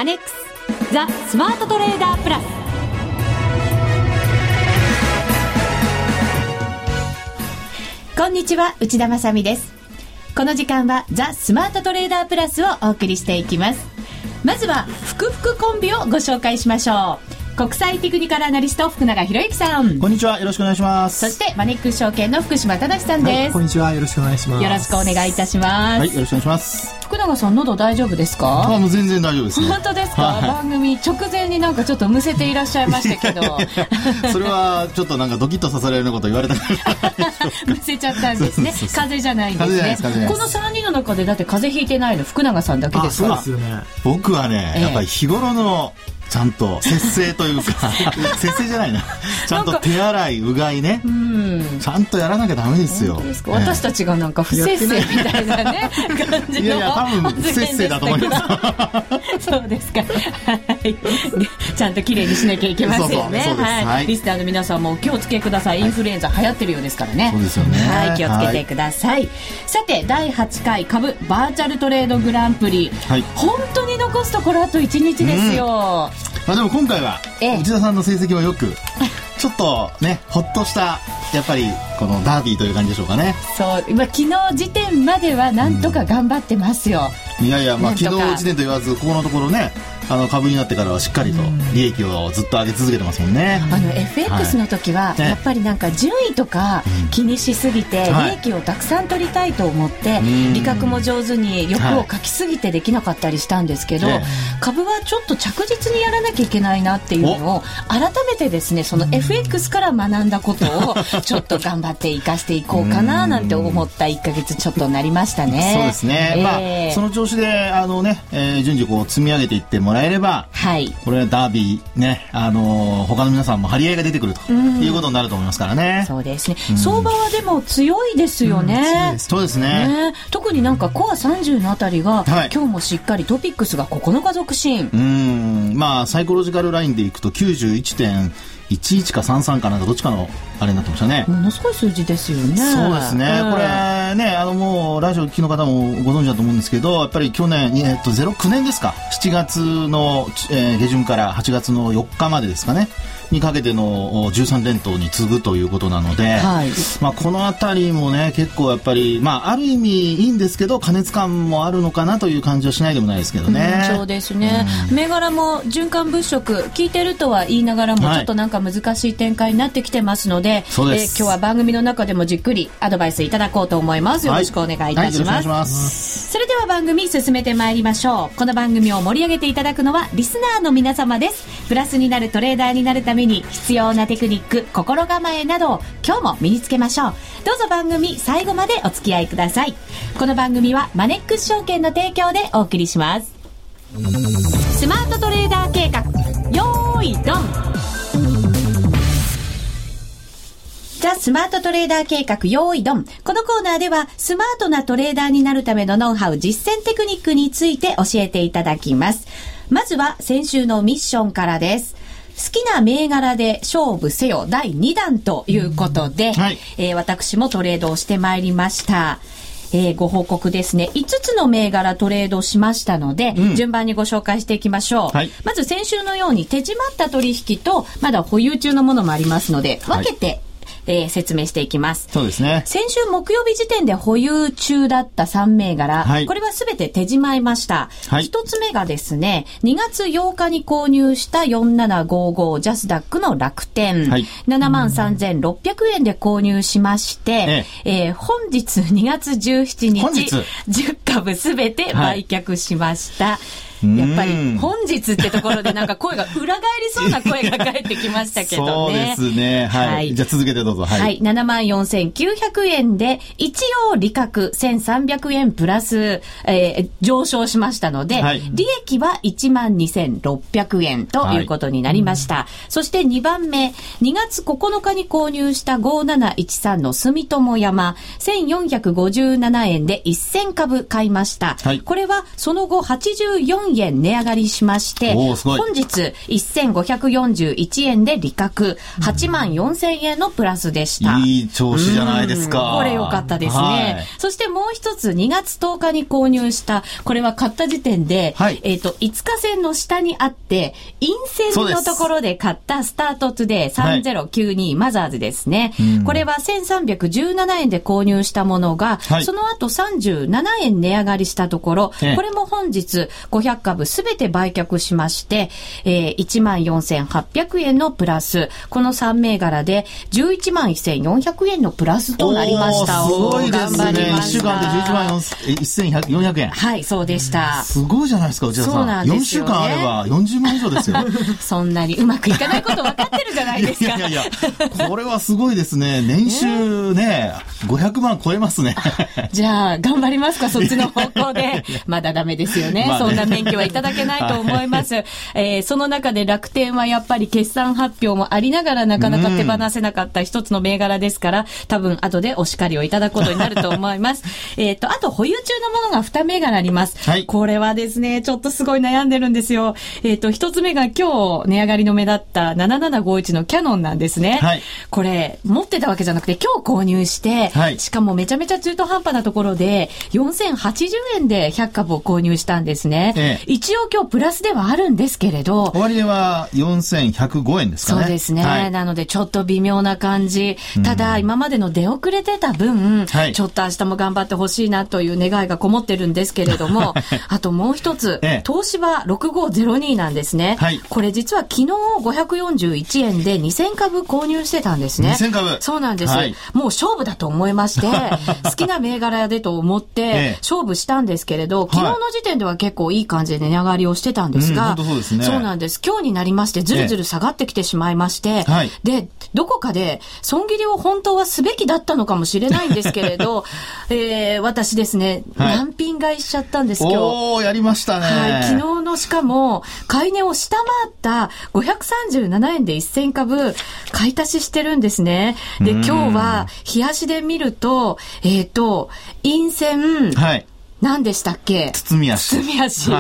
アネックスザ・スマートトレーダープラス。こんにちは、内田まさみです。この時間はザ・スマートトレーダープラスをお送りしていきます。まずは福福コンビをご紹介しましょう。国際テクニカルアナリスト福永博之さん、 こんにちは、よろしくお願いします。 そしてマネックス証券の福島正さんです、 はい、こんにちは、よろしくお願いします。 よろしくお願いいたします。 はい、よろしくお願いします。 福永さん、喉大丈夫ですか？ もう全然大丈夫ですね。 本当ですか？はい、番組直前になんかちょっとむせていらっしゃいましたけどそれはちょっとなんかドキッとさせられるようなこと言われたむせちゃったんですね。風邪じゃないんですね。この3人の中でだって風邪ひいてないの福永さんだけですか？ そうですよね。 僕はね、やっぱり日頃のちゃんと節制というか節制じゃないな、ちゃんと手洗いうがいね、ちゃんとやらなきゃダメですよ。 ですか？私たちがなんか不節制みたいなね感じの。 いやいや、多分不節制だと思いますそうですか、はい、ちゃんときれいにしなきゃいけませんね。 そうです、はい、 リスナーの皆さんもお気をつけください。インフルエンザ流行ってるようですからね。 そうですよね、 はい、気をつけてください、はい、さて第8回株バーチャルトレードグランプリ、はい、本当に残すところあと1日ですよ。 まあ、でも今回は内田さんの成績もよくちょっとね、ほっとしたやっぱりこのダービーという感じでしょうかね。 そう、今昨日時点まではなんとか頑張ってますよ、 いやいや、まあ、昨日時点と言わずここのところね、株になってからはしっかりと利益をずっと上げ続けてますもんね。 FX の時はやっぱりなんか順位とか気にしすぎて利益をたくさん取りたいと思って利確も上手に欲をかきすぎてできなかったりしたんですけど、株はちょっと着実にやらなきゃいけないなっていうのを改めてですね、その FX から学んだことをちょっと頑張って生かしていこうかななんて思った1ヶ月ちょっとになりましたね。 そうですね、まあ、その調子で順次こう積み上げていってもらえれば、はい、これはダービーね、他の皆さんも張り合いが出てくるということになると思いますからね。 そうですね、相場はでも強いですよね、 そうですね、 特になんかコア30のあたりが、はい、今日もしっかりトピックスが9日続伸、 まあサイコロジカルラインでいくと 91.11 か33かなんかどっちかのあれになってましたね。 ものすごい数字ですよね。 そうですね、これね、もうラジオ聞きの方もご存知だと思うんですけど、やっぱり去年、09年ですか、7月の、下旬から8月の4日までですかねにかけての13連投に次ぐということなので、はい、まあ、このあたりもね結構やっぱり、まあ、ある意味いいんですけど過熱感もあるのかなという感じはしないでもないですけどね、 そうですね、銘柄も循環物色効いてるとは言いながらも、ちょっとなんか難しい展開になってきてますので、今日は番組の中でもじっくりアドバイスいただこうと思います。よろしくお願いいたします。それでは番組進めてまいりましょう。この番組を盛り上げていただくのはリスナーの皆様です。プラスになるトレーダーになるために必要なテクニック、心構えなどを今日も身につけましょう。どうぞ番組最後までお付き合いください。この番組はマネックス証券の提供でお送りします。スマートトレーダー計画、よーいドン。ザ・スマートトレーダー計画、用意ドン。このコーナーではスマートなトレーダーになるためのノウハウ、実践テクニックについて教えていただきます。まずは先週のミッションからです。好きな銘柄で勝負せよ第2弾ということで、はい、私もトレードをしてまいりました。ご報告ですね。5つの銘柄トレードしましたので、順番にご紹介していきましょう、はい、まず先週のように手締まった取引とまだ保有中のものもありますので分けて、はい、説明していきます。 そうですね。 先週木曜日時点で保有中だった3銘柄、はい、これはすべて手締まいました。はい、1つ目がですね、2月8日に購入した4755ジャスダックの楽天、はい、73,600円で購入しまして、本日2月17日10株すべて売却しました。はい、やっぱり本日ってところでなんか声が裏返りそうな声が返ってきましたけどね。 そうですね。はい。はい、じゃあ続けてどうぞ。はい。はい、74,900 円で一応利確1,300円プラス、上昇しましたので、はい、利益は 12,600 円ということになりました。はい、そして2番目、2月9日に購入した5713の住友山1,457円で1000株買いました。はい、これはその後84 円値上がりしまして、本日1541円で利確、84,000円のプラスでした。 いい調子じゃないですか。 これ良かったですね。そしてもう一つ2月10日に購入した、これは買った時点で、5日線の下にあって、陰線のところで買ったスタートトゥデイ3092マザーズですね。これは1317円で購入したものが、その後37円値上がりしたところ、これも本日500株すべて売却しまして、14,800円のプラス、この3銘柄で111,400円のプラスとなりました。 すごいですね。 1 週間で111,400円。 はい、そうでした。 すごいじゃないですか、内田さん。 そうなんですよね。 4週間あれば40万以上ですよ。 そんなにうまくいかないこと分かってるじゃないですか。 いや、これはすごいですね。年収ね、500万超えますね。 じゃあ、頑張りますか、そっちの方向で。まだダメですよね。そんな免許はいただけないと思います。その中で楽天はやっぱり決算発表もありながらなかなか手放せなかった一つの銘柄ですから、多分後でお叱りをいただくことになると思います。あと保有中のものが2銘柄あります。これはですね、ちょっとすごい悩んでるんですよ。一つ目が今日値上がりの目立った7751のキャノンなんですね。これ持ってたわけじゃなくて今日購入して、しかもめちゃめちゃ中途半端なところで4080円で100株を購入したんですね。一応今日プラスではあるんですけれど、 終値は4105円ですかね。 そうですね。なのでちょっと微妙な感じ。ただ今までの出遅れてた分、ちょっと明日も頑張ってほしいなという願いがこもってるんですけれども、あともう一つ、東芝6502なんですね。これ実は昨日541円で2000株購入してたんですね。 2000株。 そうなんです。もう勝負だと思いまして、好きな銘柄でと思って勝負したんですけれど、昨日の時点では結構いい感じで値上がりをしてたんですが、そうなんです。今日になりましてずるずる下がってきてしまいまして、で、どこかで損切りを本当はすべきだったのかもしれないんですけれど、私ですね、難品買いしちゃったんです今日。 やりましたね。 昨日のしかも買い値を下回った537円で1000株買い足ししてるんですね。で、今日は日足で見ると、陰線、何でしたっけ？ 包み足。 そう。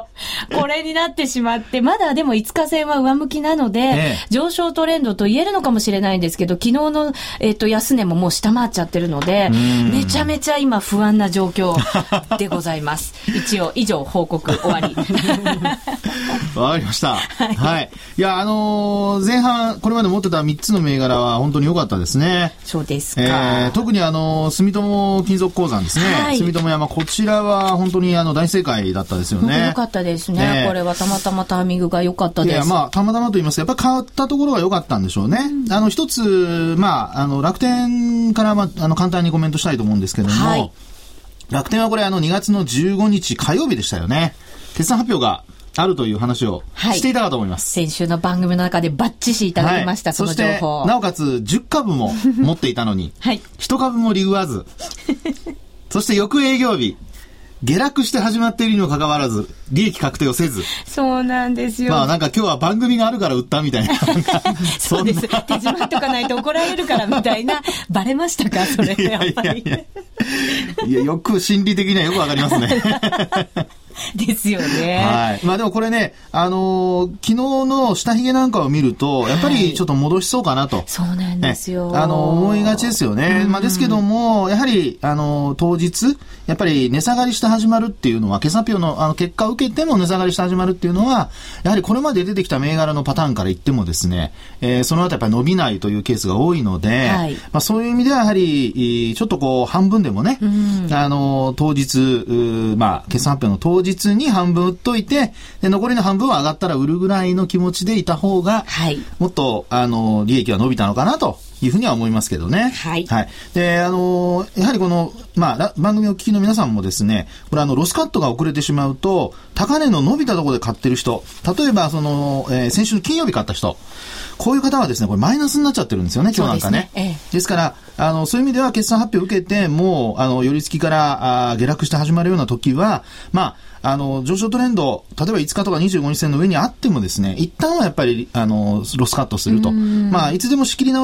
これになってしまって、まだでも5日線は上向きなので、上昇トレンドと言えるのかもしれないんですけど、昨日の、安値ももう下回っちゃってるので、めちゃめちゃ今不安な状況でございます。一応、以上報告終わり。 わかりました。いや、前半、これまで持ってた3つの銘柄は本当に良かったですね。 そうですか。 特に住友金属鉱山ですね。住友山、こちらは本当に大正解だったですよね。 良かったですね。これはたまたまタイミングが良かったです。 たまたまと言いますと、やっぱり買ったところが良かったんでしょうね。一つ、楽天から、簡単にコメントしたいと思うんですけども、楽天はこれ2月の15日火曜日でしたよね。決算発表があるという話をしていたかと思います。 先週の番組の中でバッチシいただきました、その情報。 そして、なおかつ10株も持っていたのに、1株も利食わず、そして翌営業日、下落して始まっているにもかかわらず、利益確定をせず。 そうなんですよ。 なんか今日は番組があるから売ったみたいな。 そうです。手締まっとかないと怒られるからみたいな。バレましたかそれ。やっぱり。 いや、よく心理的にはよくわかりますね。 ですよね。 でもこれね、昨日の下髭なんかを見ると、やっぱりちょっと戻しそうかなと。 そうなんですよ。 思いがちですよね。ですけども、やはり、当日、やっぱり値下がりして始まるっていうのは、決算発表の結果を受けても値下がりして始まるっていうのは、やはりこれまで出てきた銘柄のパターンから言ってもですね、その後やっぱり伸びないというケースが多いので、そういう意味ではやはり、ちょっと半分でもね、当日、決算発表の当日に半分売っといて、で残りの半分は上がったら売るぐらいの気持ちでいた方が、もっと利益は伸びたのかなというふうには思いますけどね。で、やはりこの、番組をお聞きの皆さんもですね、これロスカットが遅れてしまうと、高値の伸びたところで買ってる人、例えば先週の金曜日買った人、こういう方はですね、これマイナスになっちゃってるんですよね、今日なんかね。ですから、そういう意味では決算発表を受けて、もう、寄り付きから下落して始まるような時は、上昇トレンド、例えば5日とか25日線の上にあってもですね、一旦はやっぱり、ロスカットすると。いつでも仕切り直しできるわ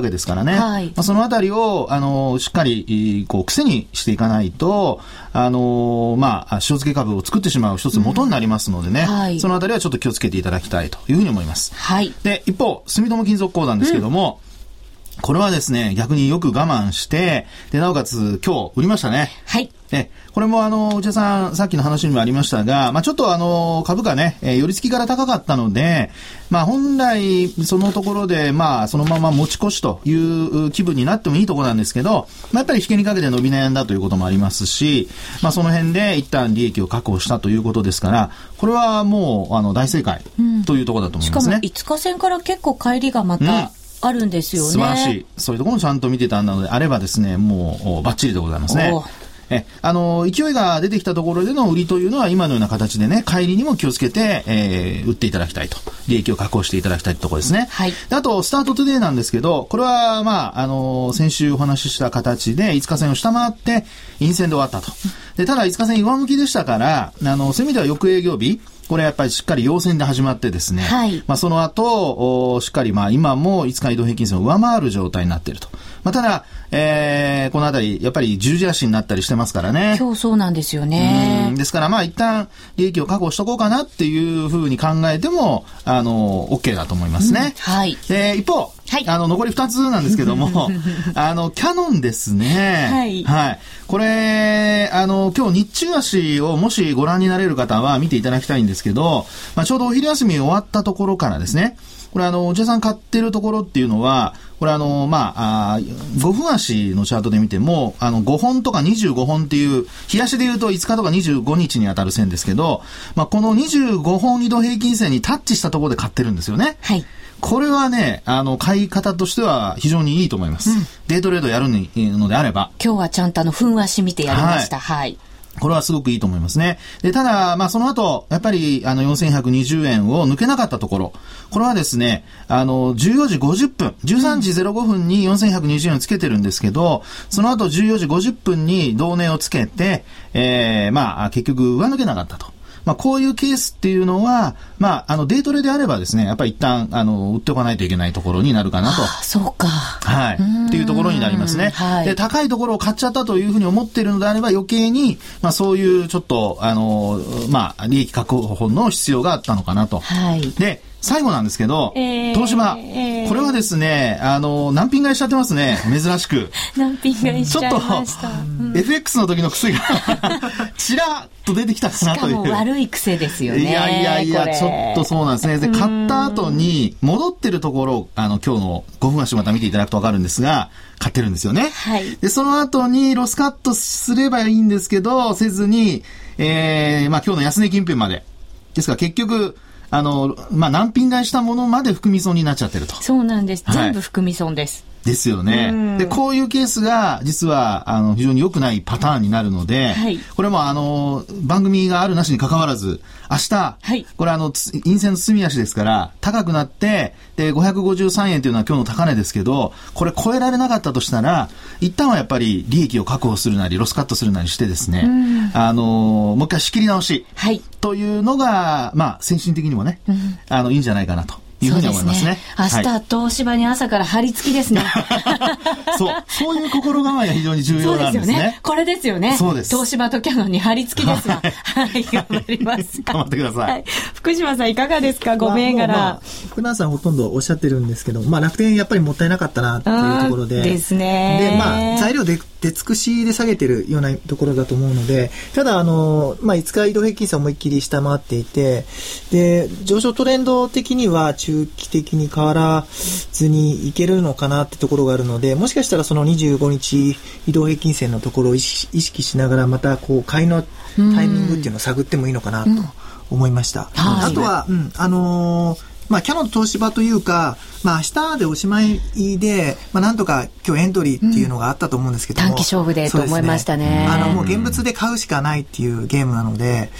わけですからね。はい。そのあたりを、しっかり、癖にしていかないと、塩漬け株を作ってしまう一つ元になりますのでね。はい。そのあたりはちょっと気をつけていただきたいというふうに思います。はい。で、一方、住友金属鉱山ですけども、これはですね、逆によく我慢して、で、なおかつ今日売りましたね。はい。これも内田さん、さっきの話にもありましたが、ちょっと株価ね、寄り付きから高かったので、本来、そのところで、そのまま持ち越しという気分になってもいいところなんですけど、やっぱり引けにかけて伸び悩んだということもありますし、その辺で一旦利益を確保したということですから、これはもう、大正解というところだと思いますね。 しかも5日線から結構帰りがまた、あるんですよね。 素晴らしい。そういうところもちゃんと見てたのであればですね、もうバッチリでございますね。勢いが出てきたところでの売りというのは今のような形でね、帰りにも気をつけて、売っていただきたいと。利益を確保していただきたいところですね。はい。あと、スタートトゥデイなんですけど、これは、先週お話しした形で5日線を下回って、陰線で終わったと。で、ただ5日線上向きでしたから、そういう意味では翌営業日、これやっぱりしっかり陽線で始まってですね、はい。その後、しっかり今も5日移動平均線を上回る状態になっていると。ただ、このあたり、やっぱり十字足になったりしてますからね。 今日そうなんですよね。 ですから一旦利益を確保しとこうかなっていうふうに考えても、OK だと思いますね。はい。一方、はい、残り2つなんですけども、キャノンですね。はい。はい。これ、今日日中足をもしご覧になれる方は見ていただきたいんですけど、ちょうどお昼休み終わったところからですね、これ内田さん買ってるところっていうのは、これ5分足のチャートで見ても、5本とか25本っていう、日足で言うと5日とか25日に当たる線ですけど、この25本移動平均線にタッチしたところで買ってるんですよね。はい。これはね、買い方としては非常にいいと思います。デイトレードやるのであれば。 今日はちゃんと分足見てやりました。はい。 これはすごくいいと思いますね。で、ただ、その後、やっぱり、4120円を抜けなかったところ、これはですね、14時50分、13時05分に4120円をつけてるんですけど、その後14時50分に同値をつけて、結局上抜けなかったと。こういうケースっていうのは、デイトレであればですね、やっぱり一旦、売っておかないといけないところになるかなと。 そうか。 はい。っていうところになりますね。はい。で、高いところを買っちゃったというふうに思っているのであれば余計に、そういうちょっと、利益確保の必要があったのかなと。はい。で、最後なんですけど、東芝、これはですね、難品買いしちゃってますね、珍しく。 難品買いしちゃいました。 ちょっと、FX の時の癖がちらっと出てきたかなという。 しかも悪い癖ですよね。 いや、ちょっとそうなんですね。で、買った後に戻ってるところを、今日の5分足また見ていただくとわかるんですが、買ってるんですよね。はい。で、その後にロスカットすればいいんですけど、せずに、今日の安値近辺まで。ですから結局、難品買いしたものまで含み損になっちゃってると。 そうなんです。全部含み損です。 ですよね。で、こういうケースが実は非常に良くないパターンになるので、はい、これも番組があるなしに関わらず、明日、はい、これ陰線の包み足ですから高くなって、で553円というのは今日の高値ですけど、これ超えられなかったとしたら、一旦はやっぱり利益を確保するなりロスカットするなりしてですね、もう一回仕切り直し、はい、というのが精神的にもね、いいんじゃないかなというふうに思いますね。 明日、はい、東芝に朝から張り付きですね。 そういう心構えが非常に重要なんですね。そうですよね。 これですよね。 そうです。 東芝とキャノンに張り付きですが、はい、頑張ります。 頑張ってください。はい、 福島さんいかがですか、ご銘柄。 福永さんほとんどおっしゃってるんですけど、楽天やっぱりもったいなかったなっていうところで。 ですね。 で、材料で出尽くしで下げてるようなところだと思うので、ただ5日移動平均線思いっきり下回っていて、で、上昇トレンド的には中期的に変わらずにいけるのかなってところがあるので、もしかしたらその25日移動平均線のところを意識しながらまた買いのタイミングっていうのを探ってもいいのかなと思いました。あとは、キャノンと東芝というか、明日でおしまいで、なんとか今日エントリーっていうのがあったと思うんですけども、 短期勝負でと思いましたね。 もう現物で買うしかないっていうゲームなので、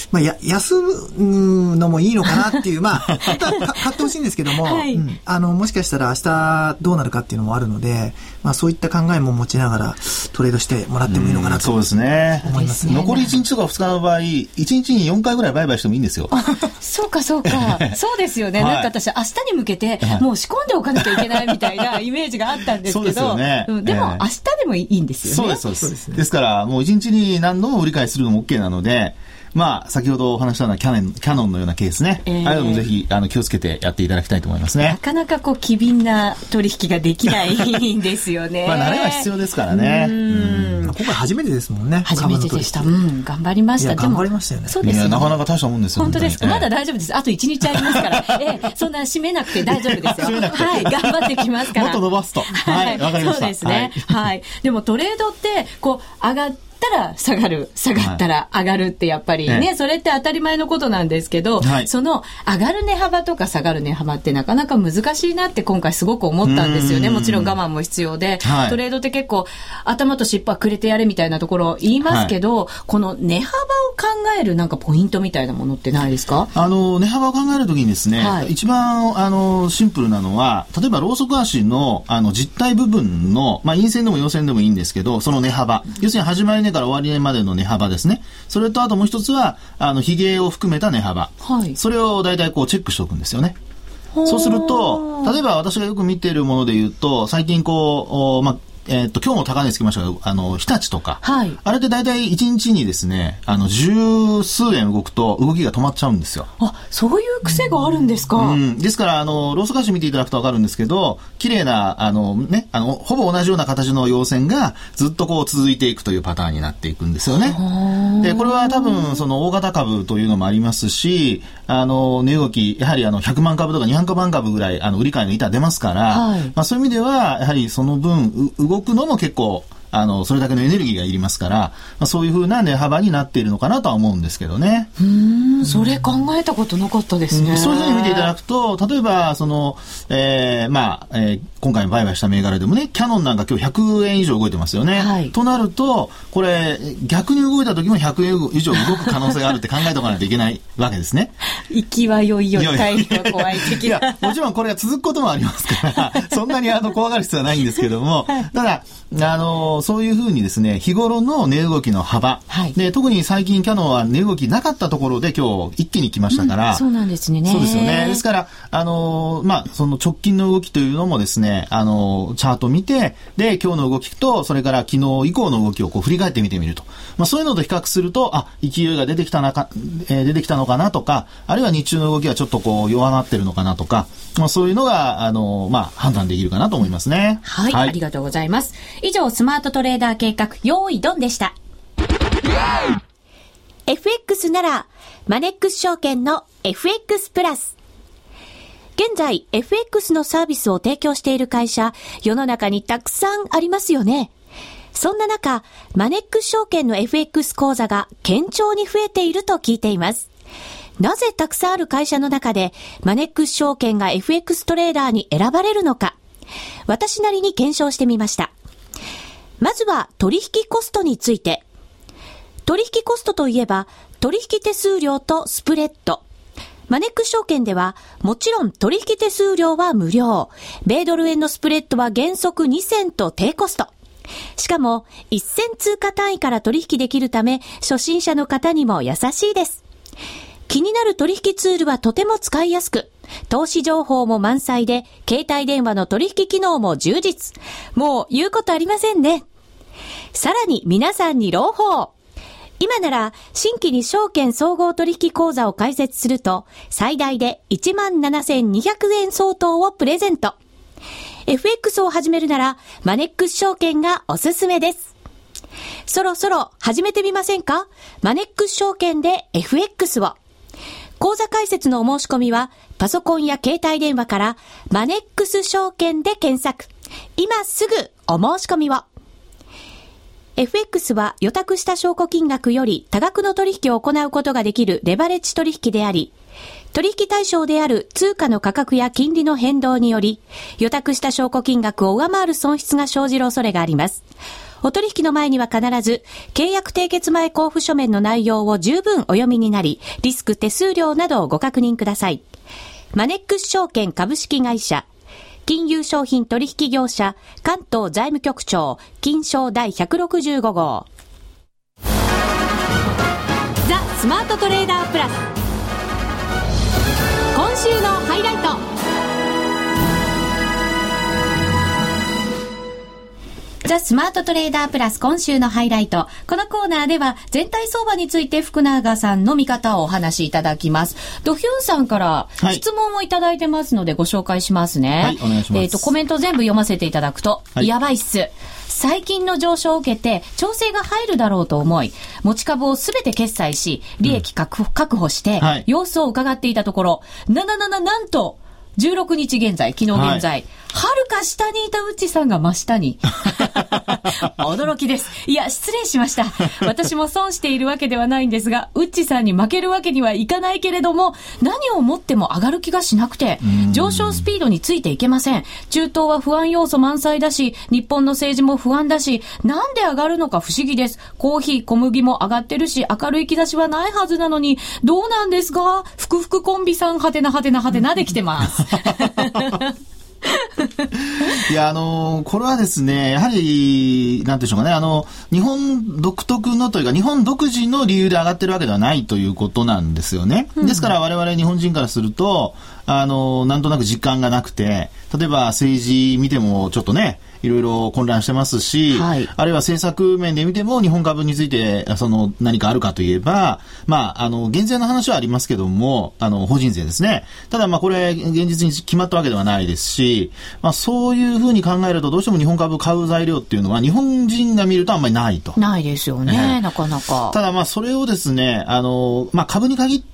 休むのもいいのかなっていう、本当は買ってほしいんですけども、はい、もしかしたら明日どうなるかっていうのもあるので、そういった考えも持ちながらトレードしてもらってもいいのかなと思いますね。 残り1日とか2日の場合、1日に4回ぐらい売買してもいいんですよ。 そうか。そうですよね。はい、なんか私、明日に向けて、もう仕込んでおかなきゃいけないみたいなイメージがあったんですけど、そうですよね。でも、明日でもいいんですよね。 そうです。ですから、もう1日に何度も売り買いするのも OK なので、先ほどお話したのはキャノンのようなケースね。あれもぜひ気をつけてやっていただきたいと思いますね。 なかなか機敏な取引ができないんですよね。 慣れは必要ですからね。 今回初めてですもんね。 初めてでした。頑張りました。 頑張りましたよね。 そうですね。 なかなか大したもんですよ。 本当ですか。まだ大丈夫です。あと1日ありますから。そんな締めなくて大丈夫ですよ。はい。頑張ってきますから。 もっと伸ばすと。はい。わかりました。 そうですね。はい。でもトレードって上がったら下がる、下がったら上がるってやっぱりね、それって当たり前のことなんですけど、その上がる値幅とか下がる値幅ってなかなか難しいなって今回すごく思ったんですよね。もちろん我慢も必要で、トレードって結構頭と尻尾はくれてやれみたいなところ言いますけど、この値幅を考えるなんかポイントみたいなものってないですか？ 値幅を考えるときにですね、一番シンプルなのは、例えばローソク足の実体部分の、陰線でも陽線でもいいんですけど、その値幅、要するに始まり値から終わり値までの値幅ですね。それとあともう一つは髭を含めた値幅、それを大体チェックしておくんですよね。そうすると、例えば私がよく見ているもので言うと、最近今日も高値つきましたけど、日立とか、あれって大体1日にですね、十数円動くと動きが止まっちゃうんですよ。 そういう癖があるんですか。 ですから、ローソク足見ていただくとわかるんですけど、綺麗な、ほぼ同じような形の陽線がずっと続いていくというパターンになっていくんですよね。で、これは多分、大型株というのもありますし、値動き、やはり100万株とか200万株ぐらい、売り買いの板出ますから、そういう意味では、やはりその分、動くのも結構それだけのエネルギーがいりますから、そういう風な値幅になっているのかなとは思うんですけどね。 それ考えたことなかったですね。 そういう風に見ていただくと、例えば今回売買した銘柄でもね、キャノンなんか今日100円以上動いてますよね。となると、これ逆に動いた時も100円以上動く可能性があるって考えておかないといけないわけですね。 行きはよいよい、帰りは怖い的な。 もちろんこれが続くこともありますから、そんなに怖がる必要はないんですけども、ただそういうふうにですね、日頃の値動きの幅、で特に最近キャノンは値動きなかったところで今日一気に来ましたから、 そうなんですね。 そうですよね。ですからその直近の動きというのもですね、チャート見て、で今日の動きとそれから昨日以降の動きを振り返って見てみると、そういうのと比較すると、勢いが出てきたのかなとか、あるいは日中の動きはちょっと弱まってるのかなとか、そういうのが判断できるかなと思いますね。 ありがとうございます。以上、スマートトレーダー計画用意ドンでした。FX ならマネックス証券の FX プラス。現在 FX のサービスを提供している会社、世の中にたくさんありますよね。そんな中、マネックス証券の FX 口座が堅調に増えていると聞いています。なぜたくさんある会社の中でマネックス証券が FX トレーダーに選ばれるのか、私なりに検証してみました。まずは取引コストについて。取引コストといえば、取引手数料とスプレッド。マネックス証券では、もちろん取引手数料は無料。米ドル円のスプレッドは原則2銭と低コスト。しかも、1銭通貨単位から取引できるため、初心者の方にも優しいです。気になる取引ツールはとても使いやすく、投資情報も満載で、携帯電話の取引機能も充実。もう言うことありませんね。さらに皆さんに朗報。今なら新規に証券総合取引口座を開設すると最大で 17,200 円相当をプレゼント。FX を始めるならマネックス証券がおすすめです。そろそろ始めてみませんか？マネックス証券で FX を。口座開設のお申し込みはパソコンや携帯電話からマネックス証券で検索。今すぐお申し込みを。FX は予託した証拠金額より多額の取引を行うことができるレバレッジ取引であり、取引対象である通貨の価格や金利の変動により、予託した証拠金額を上回る損失が生じる恐れがあります。 お取引の前には必ず、契約締結前交付書面の内容を十分お読みになり、リスク手数料などをご確認ください。マネックス証券株式会社、金融商品取引業者、関東財務局長、金商第165号。ザ・スマートトレーダープラス。今週のハイライト。ザ・スマートトレーダープラス今週のハイライト。このコーナーでは全体相場について福永さんの見方をお話しいただきます。ドヒュンさんから質問をいただいてますのでご紹介しますね。 はい、お願いします。 コメント全部読ませていただくと、はい、やばいっす。最近の上昇を受けて調整が入るだろうと思い、持ち株をすべて決済し、利益確保して、様子を伺っていたところ、なんと、16日現在、昨日現在、はるか下にいたウッチさんが真下に。驚きです。いや、失礼しました。私も損しているわけではないんですが、ウッチさんに負けるわけにはいかないけれども、何をもっても上がる気がしなくて、上昇スピードについていけません。中東は不安要素満載だし、日本の政治も不安だし、なんで上がるのか不思議です。コーヒー、小麦も上がってるし、明るい兆しはないはずなのに、どうなんですか？ふくコンビさん、はてなできてます。 いや、これはですね、やはり、なんていうんでしょうかね、日本独特のというか、日本独自の理由で上がってるわけではないということなんですよね。ですから我々日本人からすると、なんとなく実感がなくて、例えば政治見てもちょっとね、いろいろ混乱してますし、はい、あるいは政策面で見ても日本株について何かあるかといえば、減税の話はありますけども、法人税ですね。ただこれ現実に決まったわけではないですし、そういうふうに考えるとどうしても日本株買う材料っていうのは日本人が見るとあんまりないと。 ないですよね、なかなか。 ただそれをですね、株に限って、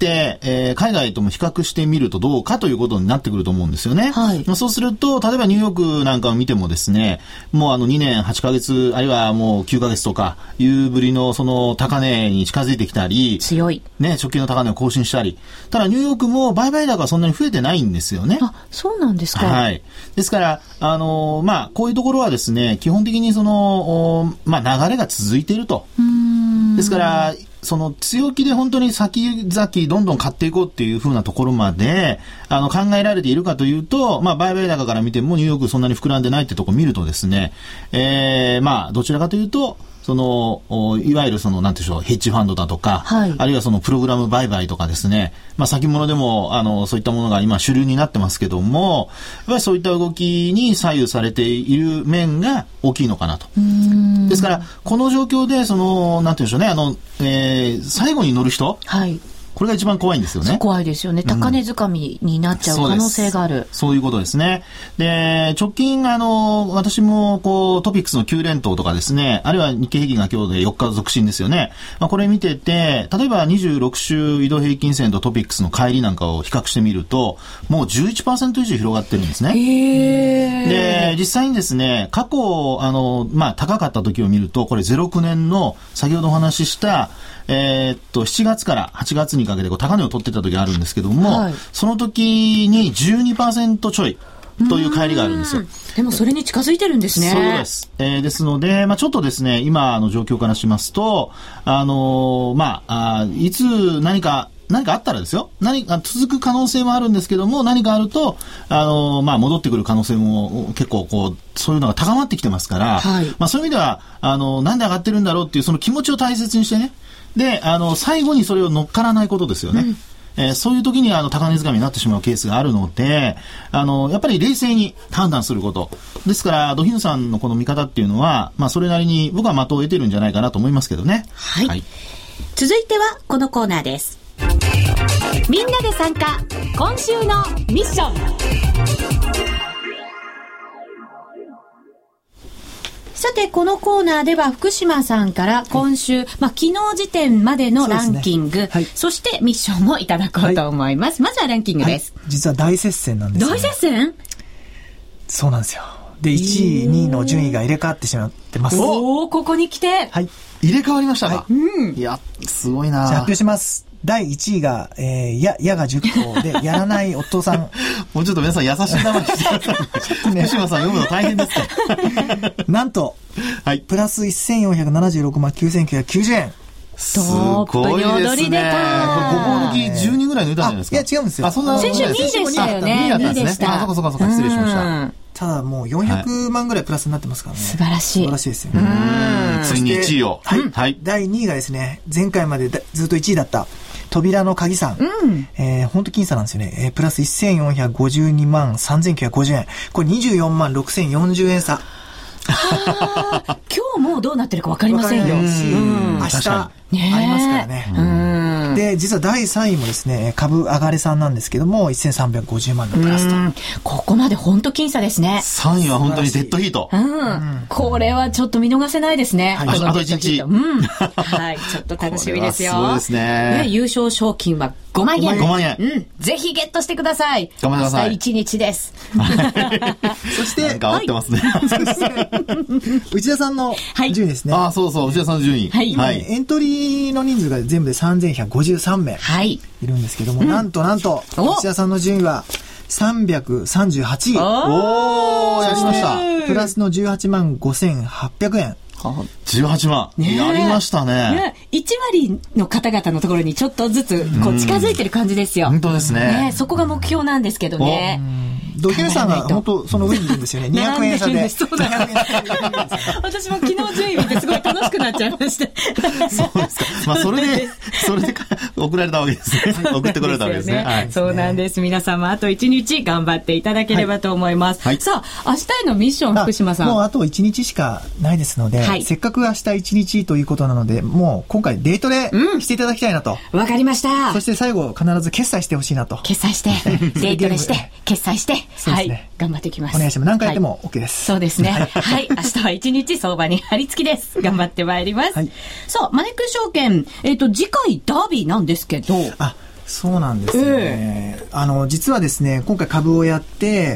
海外とも比較してみるとどうかということになってくると思うんですよね。はい、そうすると、例えばニューヨークなんかを見てもですね、もう2年8ヶ月、あるいはもう9ヶ月とかいうぶりのその高値に近づいてきたり、 強い。 ね、直近の高値を更新したり。ただニューヨークも売買高はそんなに増えてないんですよね。 あ、そうなんですか。 はい。ですから、こういうところはですね、基本的に流れが続いていると。ですから、強気で本当に先々どんどん買っていこうっていう風なところまで考えられているかというと、売買高から見てもニューヨークそんなに膨らんでないってところを見るとですね、どちらかというといわゆるなんていうんでしょう、ヘッジファンドだとか、はい、あるいはプログラム売買とかですね、先物でもそういったものが今主流になってますけども、やっぱりそういった動きに左右されている面が大きいのかなと。ですからこの状況でなんていうんでしょうね、最後に乗る人、はい、これが一番怖いんですよね。 怖いですよね。高値掴みになっちゃう可能性がある。 そういうことですね。で、直近私もトピックスの9連投とかですね、あるいは日経平均が今日で4日続伸ですよね。これ見てて、例えば26週移動平均線とトピックスの乖離なんかを比較してみると、もう 11% 以上広がってるんですね。で、実際にですね、過去高かった時を見ると、これ09年の先ほどお話しした7月から8月にかけて高値を取ってた時があるんですけども、はい、その時に 12% ちょいという帰りがあるんですよ。 でもそれに近づいてるんですね。 そうです。ですので、ちょっとですね、今の状況からしますと、いつ何かあったらですよ。続く可能性もあるんですけども、何かあると、戻ってくる可能性も結構そういうのが高まってきてますから、はい、そういう意味では、なんで上がってるんだろうっていうその気持ちを大切にしてね。で、最後にそれを乗っからないことですよね。そういう時に高値掴みになってしまうケースがあるので、やっぱり冷静に判断すること。ですから、ドヒュンさんのこの見方っていうのは、それなりに僕は的を得てるんじゃないかなと思いますけどね。 はい。はい、続いてはこのコーナーです。みんなで参加、今週のミッション。さて、このコーナーでは福島さんから今週、昨日時点までのランキング、はい、そしてミッションもいただこうと思います。はい、まずはランキングです。 はい、実は大接戦なんですよね。 大接戦？ そうなんですよ。で、1位、2位の順位が入れ替わってしまってます。 おー、ここに来て。 はい。入れ替わりましたか？はい。いや、すごいな。 じゃあ発表します。 第1位が、やが10個で、やらない夫さん。 もうちょっと皆さん優しい名前してください。福島さん読むの大変ですから。 なんと、はい、プラス1476万9990円。 すごいですね。これごぼう抜き10人ぐらい抜いたんじゃないですか。 いや、違うんですよ。 先週2位でしたよね。2位でした。 そこそこ失礼しました。 ただもう400万ぐらいプラスになってますからね。 素晴らしい。 素晴らしいですよね。 次に1位を。 はい。第2位がですね、前回までずっと1位だった扉の鍵さん。本当僅差なんですよね。プラス1452万3950円。これ24万6040円差。 今日もうどうなってるか分かりませんよ。 明日ありますからね。で、実は第3位もですね、株上がれさんなんですけども、1350万のプラスと。 ここまで本当僅差ですね。 3位は本当にデッドヒート。 これはちょっと見逃せないですね。 あと1日。 はい、ちょっと楽しみですよ。 すごいですね。 優勝賞金は5万円。 5万円。 ぜひゲットしてください。 頑張ってください。 明日1日です。 そして、 なんか煽ってますね。 内田さんの順位ですね。 そうそう、内田さんの順位。 はい。エントリーの人数が全部で3153名いるんですけども、なんと、内田さんの順位は338位。 やりました。 プラスの18万5800円。 18万。やりましたね。 1割の方々のところにちょっとずつこう近づいてる感じですよ。 本当ですね。 そこが目標なんですけどね。 ドキュルさんが本当その上にいるんですよね。200円差で。 そうだ。私も昨日順位見てすごい楽しくなっちゃいました。 そうですか。まあそれで送られたわけですね。送ってこられたわけですね。 そうなんです。皆様あと1日頑張っていただければと思います。さあ、明日へのミッション、福島さん。 もうあと1日しかないですので、せっかく明日1日ということなので、もう今回デートでしていただきたいなと。 わかりました。 そして最後必ず決済してほしいなと。 決済して、デートでして、決済して、はい、頑張っていきます。 お願いします。何回やっても OK です。 そうですね。はい、明日は1日相場に張り付きです。頑張ってまいります。さあ、マネックス証券、次回ダービーなんですけど。 そうなんですね。実はですね、今回株をやって、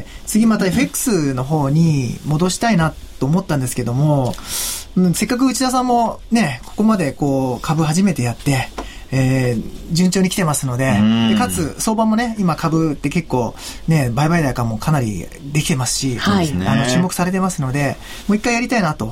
次また FX の方に戻したいなと思ったんですけども、せっかく内田さんもね、ここまでこう株初めてやって、順調に来てますので、かつ相場もね、今株って結構ね、売買高もかなりできてますし、注目されてますので、もう一回やりたいなと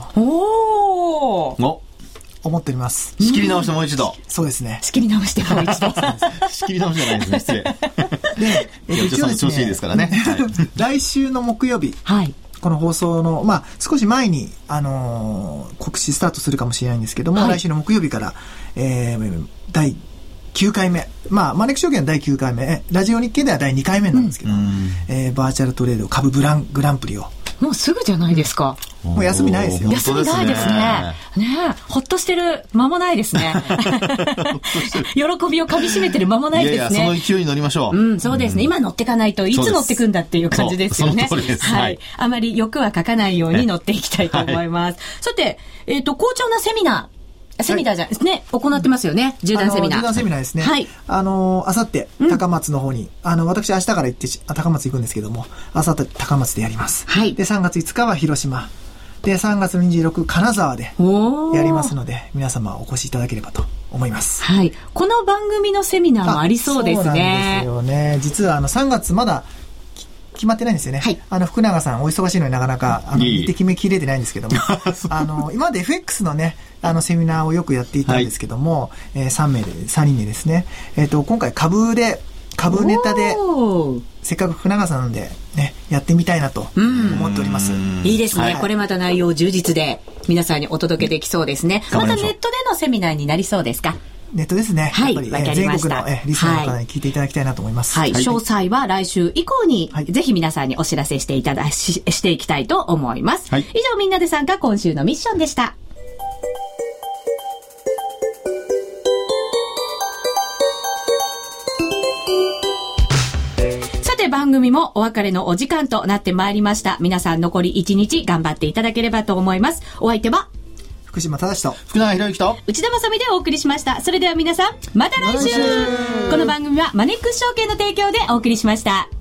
思っております。 仕切り直してもう一度。 そうですね。 仕切り直してもう一度。 仕切り直しじゃないですね、失礼。 で、 内田さん調子いいですからね。 来週の木曜日。この放送の、少し前に、告知スタートするかもしれないんですけども、来週の木曜日から、第9回目。マネックス証券の第9回目、ラジオ日経では第2回目なんですけど、バーチャルトレード株グランプリを。 もうすぐじゃないですか。 もう休みないですよ。 休みないですね。ほっとしてる間もないですね。喜びをかみしめてる間もないですね。 その勢いに乗りましょう。 そうですね。今乗ってかないといつ乗ってくんだっていう感じですよね。 はい。 あまり欲はかかないように乗っていきたいと思います。さて、好調なセミナーじゃね、行ってますよね。縦断セミナー。 縦断セミナーですね。はい。あさって、高松の方に、私明日から行って、高松行くんですけども、あさって高松でやります。はい。で、3月5日は広島。で、3月26金沢でやりますので、皆様お越しいただければと思います。 はい。この番組のセミナーもありそうですね。 そうなんですよね。実は3月まだ決まってないんですよね。はい。福永さんお忙しいのになかなか日程決めきれてないんですけども、今まで FX のねセミナーをよくやっていたんですけども、3人でですね、今回株ネタでせっかく福永さんなんでねやってみたいなと思っております。 いいですね。これまた内容充実で皆さんにお届けできそうですね。またネットでのセミナーになりそうですか？ ネットですね。 はい、 やっぱり、全国のリスナーの方に聞いていただきたいなと思います。 はい。詳細は来週以降に、ぜひ皆さんにお知らせしてしていきたいと思います。以上、みんなで参加今週のミッションでした。さて、番組もお別れのお時間となってまいりました。皆さん残り1日頑張っていただければと思います。お相手は福島正と福永博之と内田まさみでお送りしました。それでは皆さんまた来週。この番組はマネックス証券の提供でお送りしました。